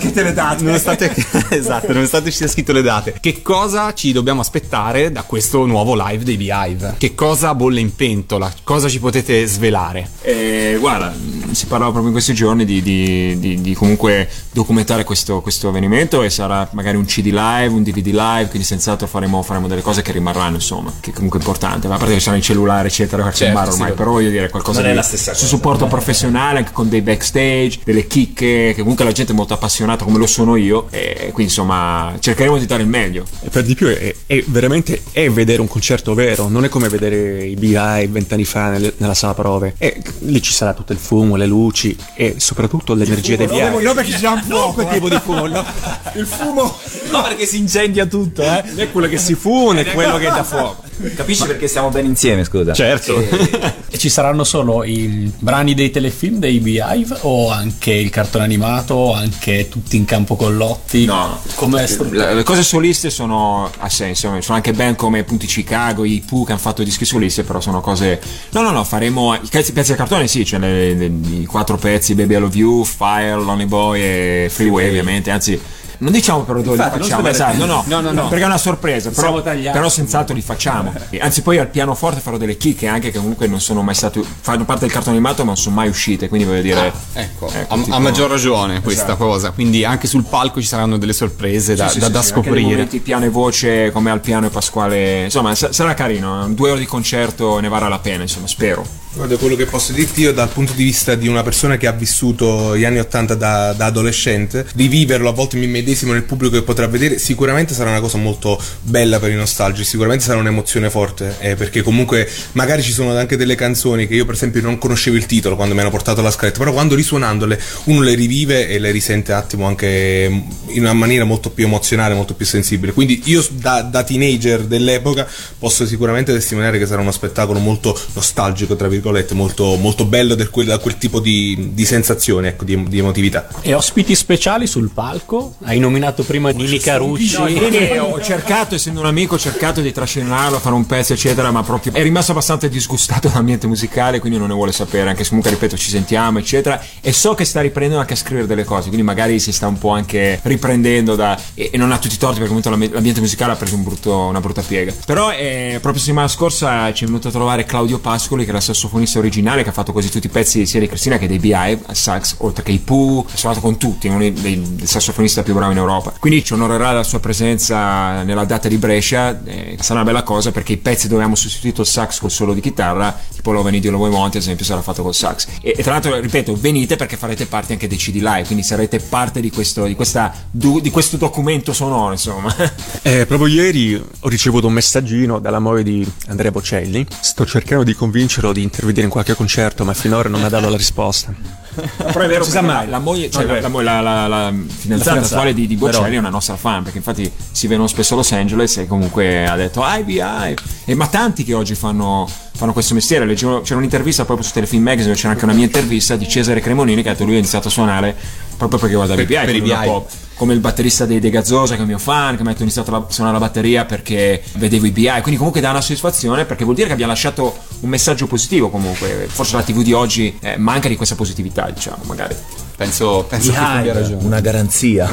date. Nonostante, esatto, nonostante ci sia scritto le date. Che cosa ci dobbiamo aspettare da questo nuovo live dei Beehive? Che cosa bolle in pentola? Cosa ci potete svelare? Eh, guarda, si parlava proprio in questi giorni di, di, di, di comunque documentare questo, questo avvenimento, e sarà magari un C D live, un D V D live, quindi senz'altro faremo, faremo delle cose che rimarranno, insomma, che è comunque importante, ma a parte che sarà in cellulare eccetera per certo, filmare ormai, sì, però voglio dire qualcosa non di è la stessa su cosa, supporto no. professionale, anche con dei backstage, delle chicche, che comunque la gente è molto appassionata come lo sono io, e quindi insomma cercheremo di dare il meglio. E per di più è, è veramente è vedere un concerto vero, non è come vedere i Beehive vent'anni fa nelle, nella sala prove. E lì ci sarà tutto il fumo, le luci e soprattutto l'energia dei Beehive. No, perché ci sia un fuoco, Quel tipo di fumo, no? il fumo, No, perché si incendia tutto, eh. Né quello che si fuma né quello che dà fuoco. Capisci perché stiamo bene insieme, scusa? Certo. E ci saranno solo i brani dei telefilm dei Beehive o anche il cartone animato, o anche tutti in campo con Lotti? No, come str- le, le cose soliste sono a senso, sono anche band come appunto i Chicago, i Pooh, che hanno fatto dischi soliste, però sono cose, no no no, faremo i pezzi, pezzi del cartone, sì, cioè le, le, i quattro pezzi, Baby I Love You, Fire, Lonely Boy e Freeway, ovviamente, anzi non diciamo però dove Infatti, li facciamo, non esatto, no, no, no, no, no. perché è una sorpresa, però, Siamo tagliati. però senz'altro li facciamo. Anzi, poi al pianoforte farò delle chicche anche che comunque non sono mai state, fanno parte del cartone animato ma non sono mai uscite, quindi voglio dire, Ecco, ecco, a, tipo- a maggior ragione questa Esatto. cosa. Quindi anche sul palco ci saranno delle sorprese da, Sì, sì, da, sì, da sì, anche dei scoprire. momenti piano e voce come al piano e Pasquale, insomma sa- sarà carino, due ore di concerto ne varrà la pena, insomma, spero. Guarda, quello che posso dirti io dal punto di vista di una persona che ha vissuto gli anni ottanta da, da adolescente, riviverlo, a volte mi medesimo nel pubblico che potrà vedere, sicuramente sarà una cosa molto bella per i nostalgici, sicuramente sarà un'emozione forte, eh, perché comunque magari ci sono anche delle canzoni che io per esempio non conoscevo il titolo quando mi hanno portato la scaletta, però quando risuonandole uno le rivive e le risente un attimo anche in una maniera molto più emozionale, molto più sensibile. Quindi io da, da teenager dell'epoca posso sicuramente testimoniare che sarà uno spettacolo molto nostalgico, tra virgolette, molto, molto bello da quel, da quel tipo di, di sensazione, ecco, di, di emotività. E ospiti speciali sul palco? Hai nominato prima Nini Carucci. No, ieri ho cercato, essendo un amico, ho cercato di trascinarlo, fare un pezzo eccetera, ma proprio è rimasto abbastanza disgustato dall'ambiente musicale, quindi non ne vuole sapere, anche se comunque ripeto ci sentiamo eccetera, e so che sta riprendendo anche a scrivere delle cose, quindi magari si sta un po' anche riprendendo da, e, e non ha tutti i torti perché comunque l'ambiente musicale ha preso un brutto, una brutta piega. Però eh, proprio settimana scorsa ci è venuto a trovare Claudio Pascoli, che era il sassofonista originale, che ha fatto quasi tutti i pezzi sia di Cristina che dei Beehive al sax, oltre che i Pooh, ha suonato con tutti, uno dei, dei, dei sassofonisti più bravi in Europa, quindi ci onorerà la sua presenza nella data di Brescia, eh, sarà una bella cosa perché i pezzi dove abbiamo sostituito il sax col solo di chitarra, tipo Love and Idio Love Monte ad esempio, sarà fatto col sax, e, e tra l'altro ripeto venite perché farete parte anche dei C D live, quindi sarete parte di questo, di questa, di questo documento sonoro, insomma. Eh, proprio ieri ho ricevuto un messaggino dalla moglie di Andrea Bocelli. Sto cercando di convincerlo di intervenire in qualche concerto, ma finora non mi ha dato la risposta. Però è vero, si sa mai. la moglie, cioè No, la, la, la, la, la fidanzata fidanzata, attuale di, di Bocelli però. è una nostra fan, perché infatti si vedono spesso a Los Angeles e comunque ha detto I B I, e ma tanti che oggi fanno fanno questo mestiere. Leggevo, c'era un'intervista proprio su Telefilm Magazine, c'era anche una mia intervista di Cesare Cremonini che ha detto lui ha iniziato a suonare proprio perché guardava i B I, per i B I. pop, come il batterista dei De Gazzosa che è un mio fan, che mi ha detto ho iniziato a suonare la batteria perché vedevo i B I, quindi comunque dà una soddisfazione perché vuol dire che abbia lasciato un messaggio positivo. Comunque forse la tivù di oggi eh, manca di questa positività, diciamo, magari. Penso, penso che tu abbia ragione. Una garanzia.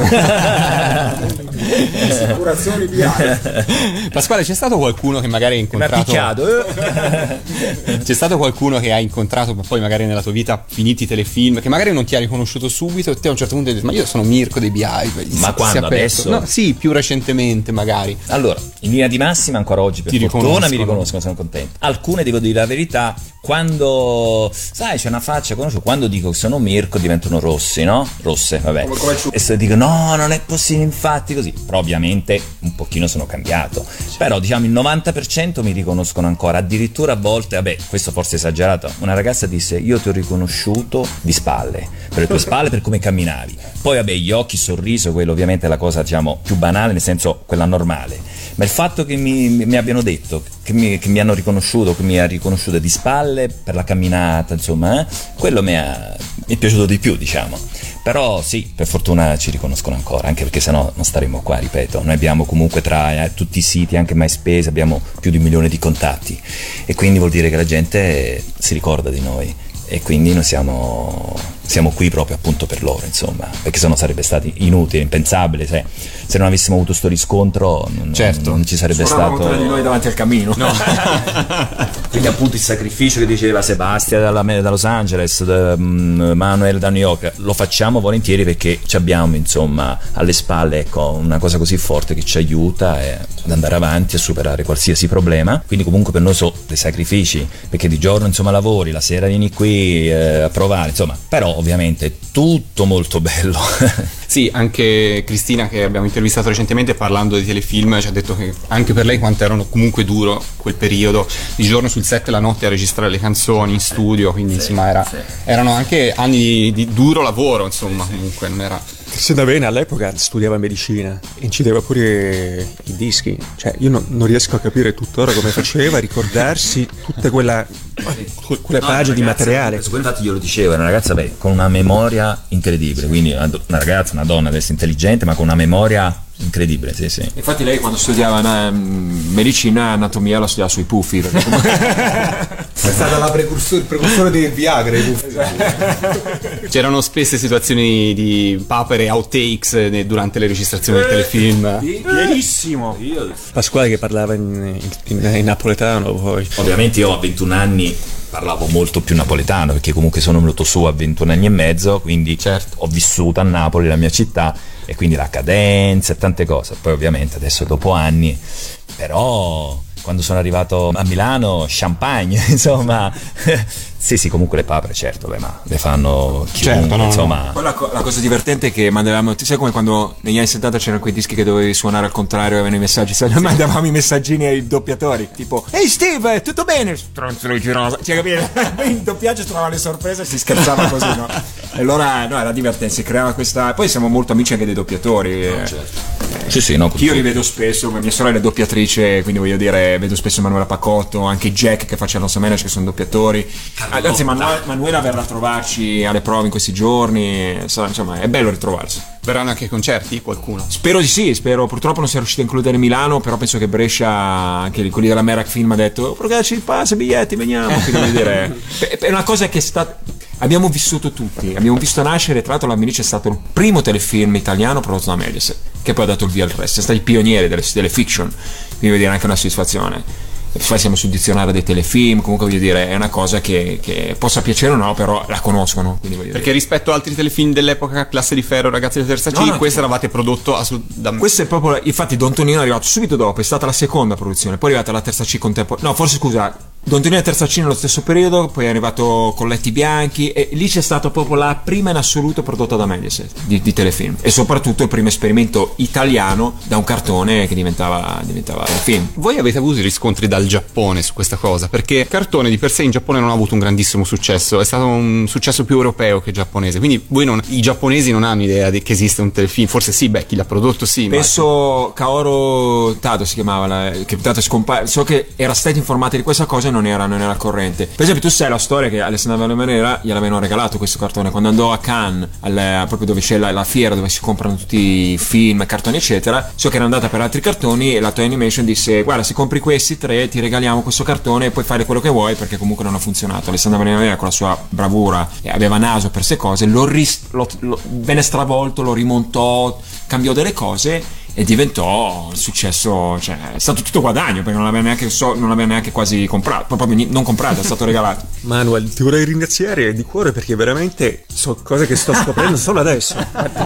Assicurazioni B I. Pasquale, c'è stato qualcuno che magari hai Mi ha incontrato? picchiato. C'è stato qualcuno che hai incontrato ma poi magari nella tua vita finiti i telefilm che magari non ti ha riconosciuto subito e te a un certo punto hai detto ma io sono Mirko dei Beehive. Ma quando, adesso? No, sì, più recentemente magari. Allora, in linea di massima ancora oggi per Ti fortuna riconoscono. mi riconoscono, sono contento. Alcune, devo dire la verità, quando sai c'è una faccia conosco, quando dico che sono Mirko diventano rossi, no? Rosse, vabbè. E se dico no, non è possibile, infatti così. Però ovviamente un pochino sono cambiato. Però diciamo il novanta per cento mi riconoscono ancora, addirittura a volte, vabbè, questo forse è esagerato. Una ragazza disse "Io ti ho riconosciuto di spalle, per le tue spalle, per come camminavi". Poi vabbè, gli occhi, il sorriso, quello ovviamente è la cosa diciamo più banale, nel senso quella normale. Ma il fatto che mi, mi abbiano detto che mi, che mi hanno riconosciuto, che mi ha riconosciuto di spalle per la camminata, insomma, eh, quello mi, ha, mi è piaciuto di più, diciamo. Però sì, per fortuna ci riconoscono ancora, anche perché sennò non staremo qua, ripeto. Noi abbiamo comunque tra eh, tutti i siti, anche MySpace, abbiamo più di un milione di contatti e quindi vuol dire che la gente si ricorda di noi e quindi noi siamo siamo qui proprio appunto per loro, insomma, perché sennò sarebbe stato inutile, impensabile, se, se non avessimo avuto sto riscontro non, certo. non ci sarebbe Suonavamo stato tra di noi davanti al camino. no. Quindi appunto il sacrificio che diceva Sebastian dalla, da Los Angeles, da, um, Manuel da New York, lo facciamo volentieri perché ci abbiamo insomma alle spalle, ecco, una cosa così forte che ci aiuta eh, ad andare avanti, a superare qualsiasi problema. Quindi comunque per noi sono dei sacrifici, perché di giorno insomma lavori, la sera vieni qui eh, a provare, insomma, però ovviamente è tutto molto bello. Sì, anche Cristina che abbiamo intervistato recentemente parlando di telefilm ci ha detto che anche per lei quanto erano comunque duro quel periodo, di giorno sul set, la notte a registrare le canzoni in studio, quindi sì, insomma era, sì. erano anche anni di, di duro lavoro, insomma, comunque non era... Cristina D'Avena all'epoca studiava medicina, incideva pure i dischi, cioè io non, non riesco a capire tuttora come faceva a ricordarsi tutta quella quelle no, pagine di materiale. Infatti io lo dicevo, è una ragazza beh, con una memoria incredibile, quindi una, una ragazza, una donna adesso intelligente, ma con una memoria incredibile, sì, sì. Infatti lei quando studiava na- medicina, anatomia la studiava sui puffi. È stata la precursore, il precursore dei Viagra, i puffi. C'erano spesse situazioni di papere outtakes durante le registrazioni del telefilm. Pienissimo. Pasquale che parlava in, in, in napoletano poi. Ovviamente io a ventuno anni parlavo molto più napoletano, perché comunque sono venuto su a ventuno anni e mezzo, quindi certo. Ho vissuto a Napoli, la mia città, e quindi la cadenza e tante cose. Poi ovviamente adesso dopo anni, però quando sono arrivato a Milano, champagne, insomma. Sì, sì, comunque le papere, certo, beh, ma le fanno chiunque, certo, no, insomma. No. Poi la, la cosa divertente è che mandavamo, ti sai come quando negli anni settanta c'erano quei dischi che dovevi suonare al contrario e avevano i messaggi, sai, sì. Mandavamo i messaggini ai doppiatori, tipo ehi Steve, tutto bene? Stronzo di girosa, cioè capire? In doppiaggio trovava le sorprese e si scherzava così, no? E allora, no, era divertente, si creava questa... Poi siamo molto amici anche dei doppiatori. No, certo. Sì, sì, no, io li vedo spesso, mia sorella è doppiatrice, quindi voglio dire, vedo spesso Emanuela Pacotto, anche Jack che faccia il nostro manager, che sono doppiatori. Anzi, Manuela, Manuela verrà a trovarci alle prove in questi giorni, insomma, è bello ritrovarsi. Verranno anche concerti, qualcuno? Spero di sì, spero. Purtroppo non si è riuscito a includere Milano, però penso che Brescia, anche quelli della Merak Film, ha detto procacci il pass, biglietti, veniamo. Quindi voglio dire, è una cosa che sta... abbiamo vissuto tutti, abbiamo visto nascere. Tra l'altro l'Amici è stato il primo telefilm italiano prodotto da Mediaset, che poi ha dato il via al resto, è stato i pionieri delle, delle fiction, quindi voglio dire anche una soddisfazione. Poi siamo sul dizionario dei telefilm, comunque voglio dire è una cosa che, che possa piacere o no, però la conoscono, quindi voglio perché dire. Rispetto ad altri telefilm dell'epoca, Classe di Ferro, Ragazzi della Terza C, no, no, questo eravate prodotto assolutamente. Questo è proprio, infatti Don Tonino è arrivato subito dopo, è stata la seconda produzione, poi è arrivata la Terza C contemporanea, no forse scusa, Don Tonino e Terza C nello stesso periodo, poi è arrivato Colletti Bianchi e lì c'è stata proprio la prima in assoluto prodotta da Mediaset di, di telefilm, e soprattutto il primo esperimento italiano da un cartone che diventava, diventava un film. Voi avete avuto i riscontri dal Giappone su questa cosa? Perché il cartone di per sé in Giappone non ha avuto un grandissimo successo, è stato un successo più europeo che giapponese, quindi voi non, i giapponesi non hanno idea di che esiste un telefilm, forse sì, beh, chi l'ha prodotto sì. Penso ma... Kaoru Tado si chiamava, la, che tanto scompare, so che era stato informato di questa cosa e non era, non era al corrente. Per esempio tu sai la storia che Alessandra Manera gliel'avevano regalato questo cartone quando andò a Cannes, al, proprio dove c'è la, la fiera dove si comprano tutti i film, cartoni eccetera, so che era andata per altri cartoni e la Toei Animation disse guarda se compri questi tre ti regaliamo questo cartone e puoi fare quello che vuoi, perché comunque non ha funzionato. Alessandra Manera con la sua bravura e aveva naso per queste cose, lo, ris- lo, lo venne stravolto, lo rimontò, cambiò delle cose e diventò il successo, cioè è stato tutto guadagno perché non l'aveva neanche, so, non l'aveva neanche quasi comprato, proprio non comprato, è stato regalato. Manuel, ti vorrei ringraziare di cuore perché veramente sono cose che sto scoprendo solo adesso.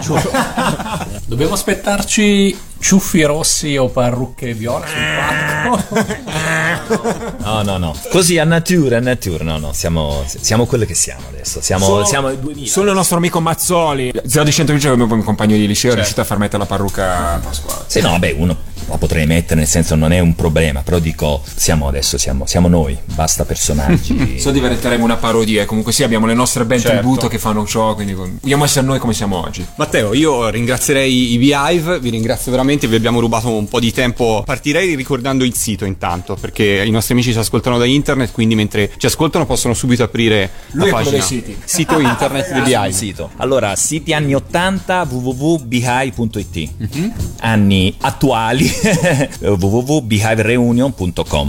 Dobbiamo aspettarci ciuffi rossi o parrucche viola sul palco? No, no, no. Così a natura, a natura, no, no, siamo, siamo quello che siamo adesso. Siamo, solo, siamo al duemila. Solo il nostro amico Mazzoli, zero di cento come mio compagno di liceo, certo. È riuscito a far mettere la parrucca a Pasquale. Sì, no, beh, uno lo potrei mettere, nel senso non è un problema, però dico, siamo adesso, siamo, siamo noi, basta personaggi. So diventeremo una parodia, comunque sì, abbiamo le nostre band certo. tributo che fanno ciò, quindi vogliamo essere noi come siamo oggi. Matteo, io ringrazierei i Beehive, vi ringrazio veramente, vi abbiamo rubato un po' di tempo. Partirei ricordando il sito intanto, perché i nostri amici ci ascoltano da internet, quindi mentre ci ascoltano possono subito aprire Lui la è pagina dei siti. sito internet dei Beehive. Sito. Allora, siti anni ottanta w w w punto beehive punto i t, mm-hmm. Anni attuali w w w punto beehive reunion punto com.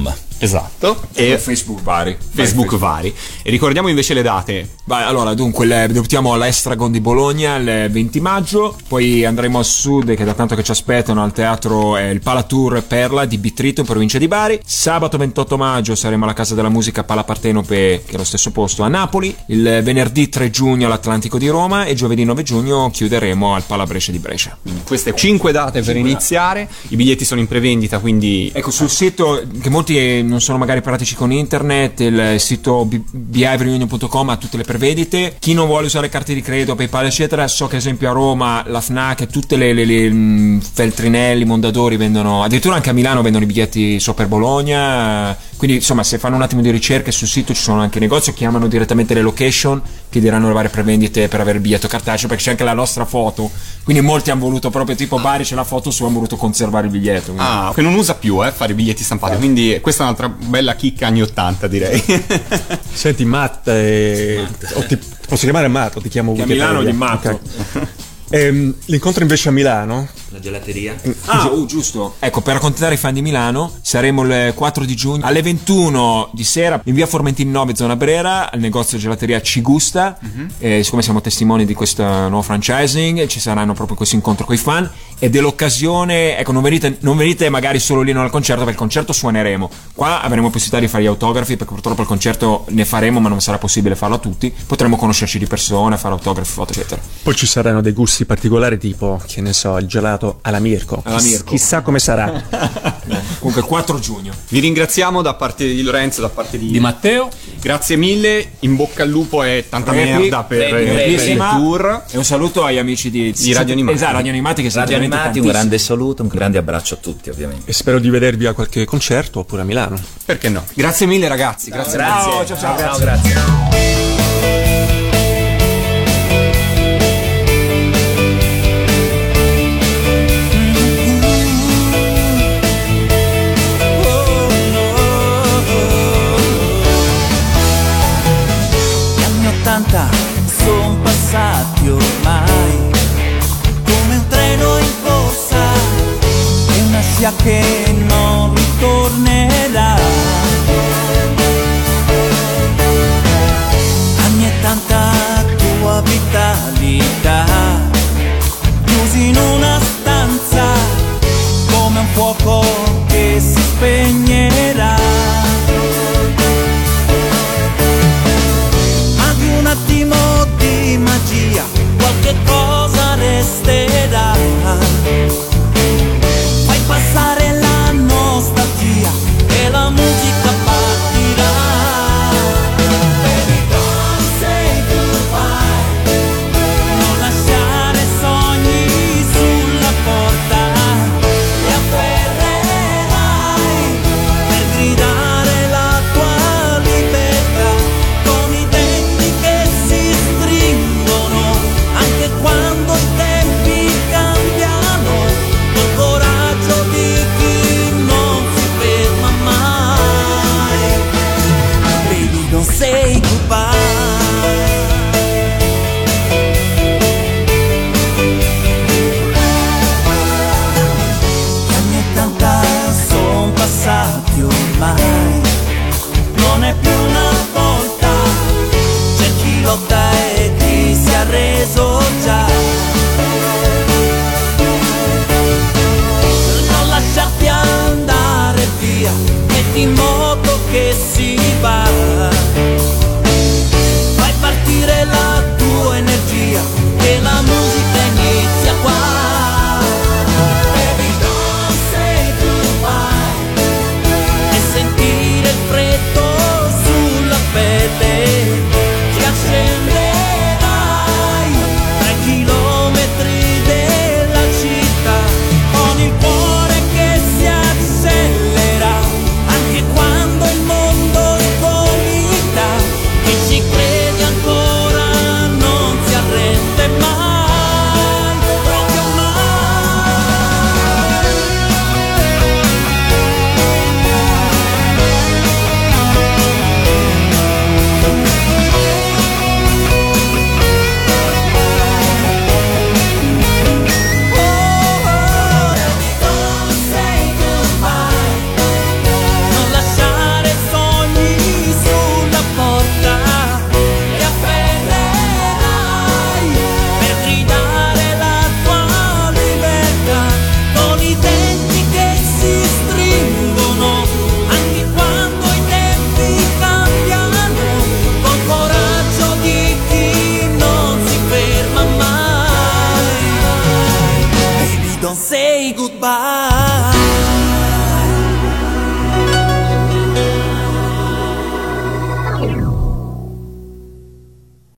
Esatto. E E Facebook vari. Facebook vari. E ricordiamo invece le date. Vai, allora, dunque, le- debuttiamo all'Estragon di Bologna il venti maggio, poi andremo al sud, che da tanto che ci aspettano, al teatro eh, il Palatour Perla di Bitrito, in provincia di Bari. Sabato ventotto maggio saremo alla Casa della Musica Pala Partenope, che è lo stesso posto, a Napoli. Il venerdì tre giugno all'Atlantico di Roma e giovedì nove giugno chiuderemo al Pala Brescia di Brescia. Quindi queste cinque date per iniziare. I biglietti sono in prevendita, quindi Ecco, sul sito, che molti eh, non sono magari pratici con internet, il sito b i v reunion punto com ha tutte le prevendite. Chi non vuole usare carte di credito, PayPal eccetera, so che ad esempio a Roma la FNAC e tutte le, le, le mh, Feltrinelli, Mondadori vendono, addirittura anche a Milano vendono i biglietti so per Bologna, quindi insomma se fanno un attimo di ricerche sul sito ci sono anche negozi, chiamano direttamente le location che diranno le varie prevendite per avere il biglietto cartaceo, perché c'è anche la nostra foto, quindi molti hanno voluto proprio tipo Bari c'è la foto su, hanno voluto conservare il biglietto, quindi. Ah, che non usa più eh, fare i biglietti stampati, quindi questa è un'altra bella chicca anni ottanta, direi. Senti, Matt, eh, o ti, posso chiamare Matt o ti chiamo Che a Wikipedia? Milano di Matto. Ok. Ehm, l'incontro invece a Milano. La gelateria? Ah, uh, giusto. Ecco, per raccontare i fan di Milano, saremo il quattro di giugno alle ventuno di sera in via Formentini nove, zona Brera, al negozio gelateria Ci Gusta. Uh-huh. eh, siccome siamo testimoni di questo nuovo franchising, ci saranno proprio questo incontro con i fan. E dell'occasione, ecco, non venite, non venite magari solo lì non al concerto, perché il concerto suoneremo. Qua avremo possibilità di fare gli autografi, perché purtroppo il concerto ne faremo, ma non sarà possibile farlo a tutti. Potremo conoscerci di persona, fare autografi, foto, eccetera. Poi ci saranno dei gusti particolari, tipo, che ne so, il gelato alla Mirko. Alla Mirko. Chissà come sarà. Comunque il quattro giugno. Vi ringraziamo da parte di Lorenzo, da parte di, Di Matteo. Grazie mille, in bocca al lupo e tanta Prepi, merda per, prepi, per il Bellissima. tour. E un saluto agli amici di, Di Radio Animati. Esatto, Radio Animati che sono Radio veramente Animati, un tantissimi. grande saluto, un grande abbraccio a tutti ovviamente. E spero di vedervi a qualche concerto oppure a Milano. Perché no? Grazie mille ragazzi, grazie Ciao, mille. ciao, ciao, Ciao, grazie. grazie. Gli anni ottanta sono passati ormai come un treno in corsa e una scia che non ritornerà.